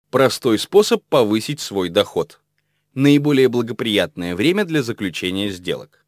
Простой способ повысить свой доход. Наиболее благоприятное время для заключения сделок.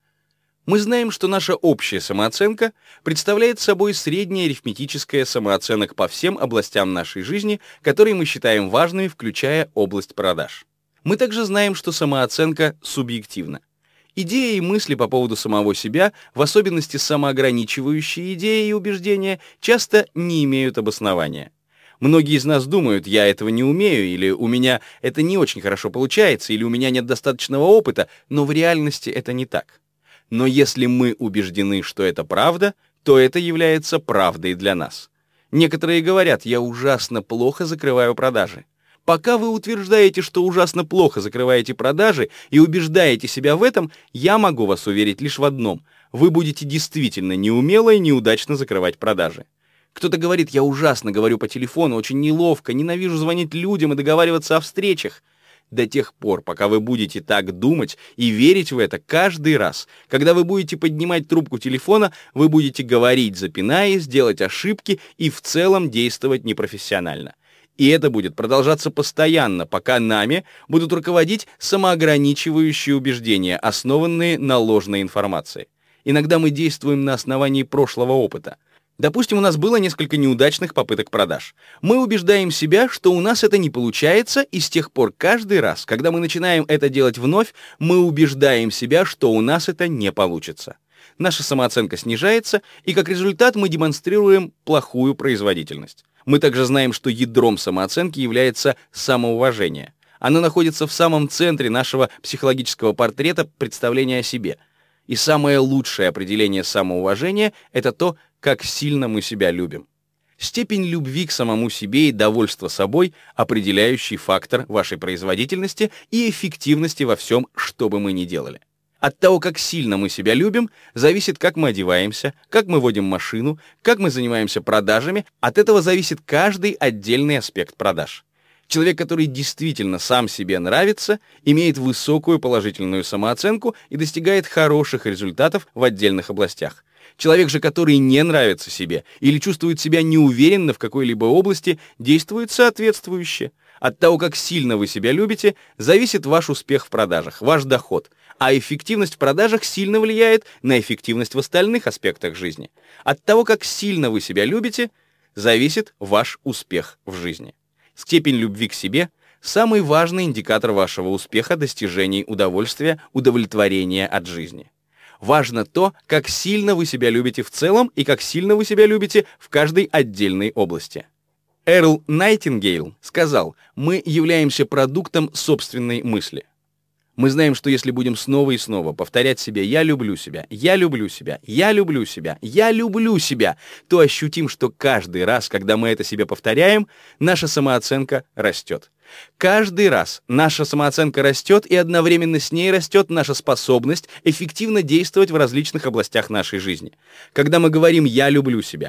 Мы знаем, что наша общая самооценка представляет собой среднее арифметическое самооценок по всем областям нашей жизни, которые мы считаем важными, включая область продаж. Мы также знаем, что самооценка субъективна. Идеи и мысли по поводу самого себя, в особенности самоограничивающие идеи и убеждения, часто не имеют обоснования. Многие из нас думают: я этого не умею, или у меня это не очень хорошо получается, или у меня нет достаточного опыта, но в реальности это не так. Но если мы убеждены, что это правда, то это является правдой для нас. Некоторые говорят: я ужасно плохо закрываю продажи. Пока вы утверждаете, что ужасно плохо закрываете продажи и убеждаете себя в этом, я могу вас уверить лишь в одном: вы будете действительно неумело и неудачно закрывать продажи. Кто-то говорит: я ужасно говорю по телефону, очень неловко, ненавижу звонить людям и договариваться о встречах. До тех пор, пока вы будете так думать и верить в это каждый раз, когда вы будете поднимать трубку телефона, вы будете говорить, запинаясь, делать ошибки и в целом действовать непрофессионально. И это будет продолжаться постоянно, пока нами будут руководить самоограничивающие убеждения, основанные на ложной информации. Иногда мы действуем на основании прошлого опыта. Допустим, у нас было несколько неудачных попыток продаж. Мы убеждаем себя, что у нас это не получается, и с тех пор каждый раз, когда мы начинаем это делать вновь, мы убеждаем себя, что у нас это не получится. Наша самооценка снижается, и как результат мы демонстрируем плохую производительность. Мы также знаем, что ядром самооценки является самоуважение. Оно находится в самом центре нашего психологического портрета представления о себе. И самое лучшее определение самоуважения — это то, как сильно мы себя любим. Степень любви к самому себе и довольства собой — определяющий фактор вашей производительности и эффективности во всем, что бы мы ни делали. От того, как сильно мы себя любим, зависит, как мы одеваемся, как мы водим машину, как мы занимаемся продажами. От этого зависит каждый отдельный аспект продаж. Человек, который действительно сам себе нравится, имеет высокую положительную самооценку и достигает хороших результатов в отдельных областях. Человек же, который не нравится себе или чувствует себя неуверенно в какой-либо области, действует соответствующе. От того, как сильно вы себя любите, зависит ваш успех в продажах, ваш доход. А эффективность в продажах сильно влияет на эффективность в остальных аспектах жизни. От того, как сильно вы себя любите, зависит ваш успех в жизни. Степень любви к себе — самый важный индикатор вашего успеха, достижений удовольствия, удовлетворения от жизни. Важно то, как сильно вы себя любите в целом и как сильно вы себя любите в каждой отдельной области. Эрл Найтингейл сказал: «Мы являемся продуктом собственной мысли». Мы знаем, что если будем снова и снова повторять себе «я люблю себя», «я люблю себя», «я люблю себя», «я люблю себя», то ощутим, что каждый раз, когда мы это себе повторяем, наша самооценка растет. Каждый раз наша самооценка растет, и одновременно с ней растет наша способность эффективно действовать в различных областях нашей жизни. Когда мы говорим «я люблю себя»,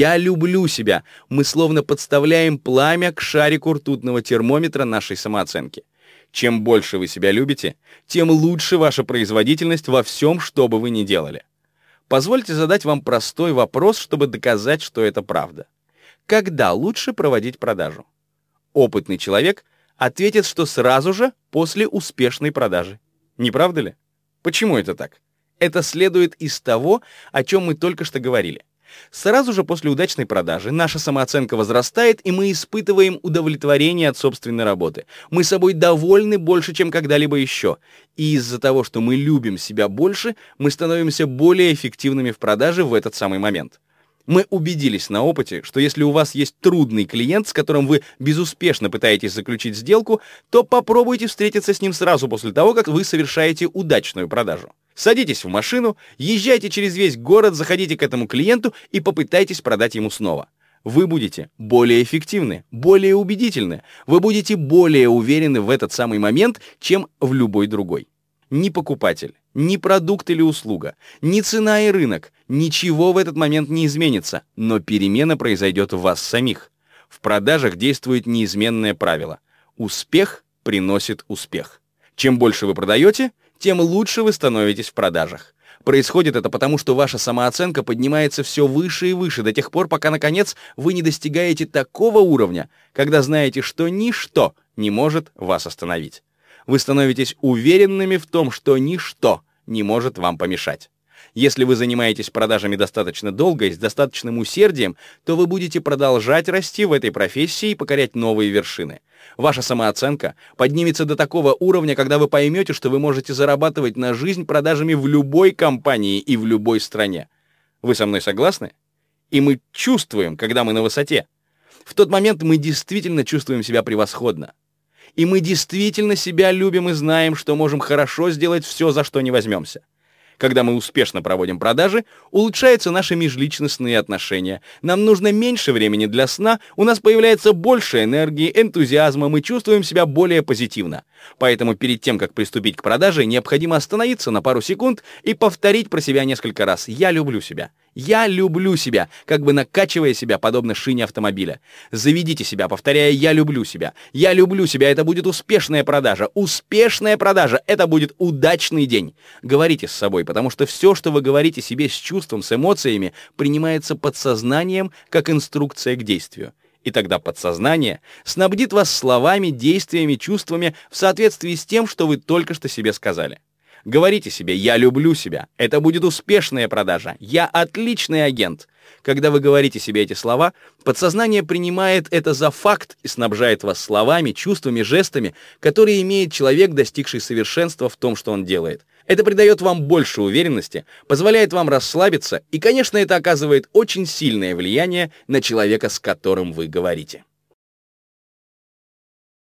мы словно подставляем пламя к шарику ртутного термометра нашей самооценки. Чем больше вы себя любите, тем лучше ваша производительность во всем, что бы вы ни делали. Позвольте задать вам простой вопрос, чтобы доказать, что это правда. Когда лучше проводить продажу? Опытный человек ответит, что сразу же после успешной продажи. Не правда ли? Почему это так? Это следует из того, о чем мы только что говорили. Сразу же после удачной продажи наша самооценка возрастает, и мы испытываем удовлетворение от собственной работы. Мы собой довольны больше, чем когда-либо еще. И из-за того, что мы любим себя больше, мы становимся более эффективными в продаже в этот самый момент. Мы убедились на опыте, что если у вас есть трудный клиент, с которым вы безуспешно пытаетесь заключить сделку, то попробуйте встретиться с ним сразу после того, как вы совершаете удачную продажу. Садитесь в машину, езжайте через весь город, заходите к этому клиенту и попытайтесь продать ему снова. Вы будете более эффективны, более убедительны, вы будете более уверены в этот самый момент, чем в любой другой. Ни покупатель, ни продукт или услуга, ни цена и рынок, ничего в этот момент не изменится, но перемена произойдет в вас самих. В продажах действует неизменное правило: успех приносит успех. Чем больше вы продаете, тем лучше вы становитесь в продажах. Происходит это потому, что ваша самооценка поднимается все выше и выше до тех пор, пока, наконец, вы не достигаете такого уровня, когда знаете, что ничто не может вас остановить. Вы становитесь уверенными в том, что ничто не может вам помешать. Если вы занимаетесь продажами достаточно долго и с достаточным усердием, то вы будете продолжать расти в этой профессии и покорять новые вершины. Ваша самооценка поднимется до такого уровня, когда вы поймете, что вы можете зарабатывать на жизнь продажами в любой компании и в любой стране. Вы со мной согласны? И мы чувствуем, когда мы на высоте. В тот момент мы действительно чувствуем себя превосходно. И мы действительно себя любим и знаем, что можем хорошо сделать все, за что не возьмемся. Когда мы успешно проводим продажи, улучшаются наши межличностные отношения. Нам нужно меньше времени для сна, у нас появляется больше энергии, энтузиазма, мы чувствуем себя более позитивно. Поэтому перед тем, как приступить к продаже, необходимо остановиться на пару секунд и повторить про себя несколько раз: «Я люблю себя». «Я люблю себя», как бы накачивая себя, подобно шине автомобиля. Заведите себя, повторяя: «Я люблю себя». «Я люблю себя» — это будет успешная продажа. Успешная продажа — это будет удачный день. Говорите с собой, потому что все, что вы говорите себе с чувством, с эмоциями, принимается подсознанием как инструкция к действию. И тогда подсознание снабдит вас словами, действиями, чувствами в соответствии с тем, что вы только что себе сказали. Говорите себе: «Я люблю себя». Это будет успешная продажа. «Я отличный агент». Когда вы говорите себе эти слова, подсознание принимает это за факт и снабжает вас словами, чувствами, жестами, которые имеет человек, достигший совершенства в том, что он делает. Это придает вам больше уверенности, позволяет вам расслабиться, и, конечно, это оказывает очень сильное влияние на человека, с которым вы говорите.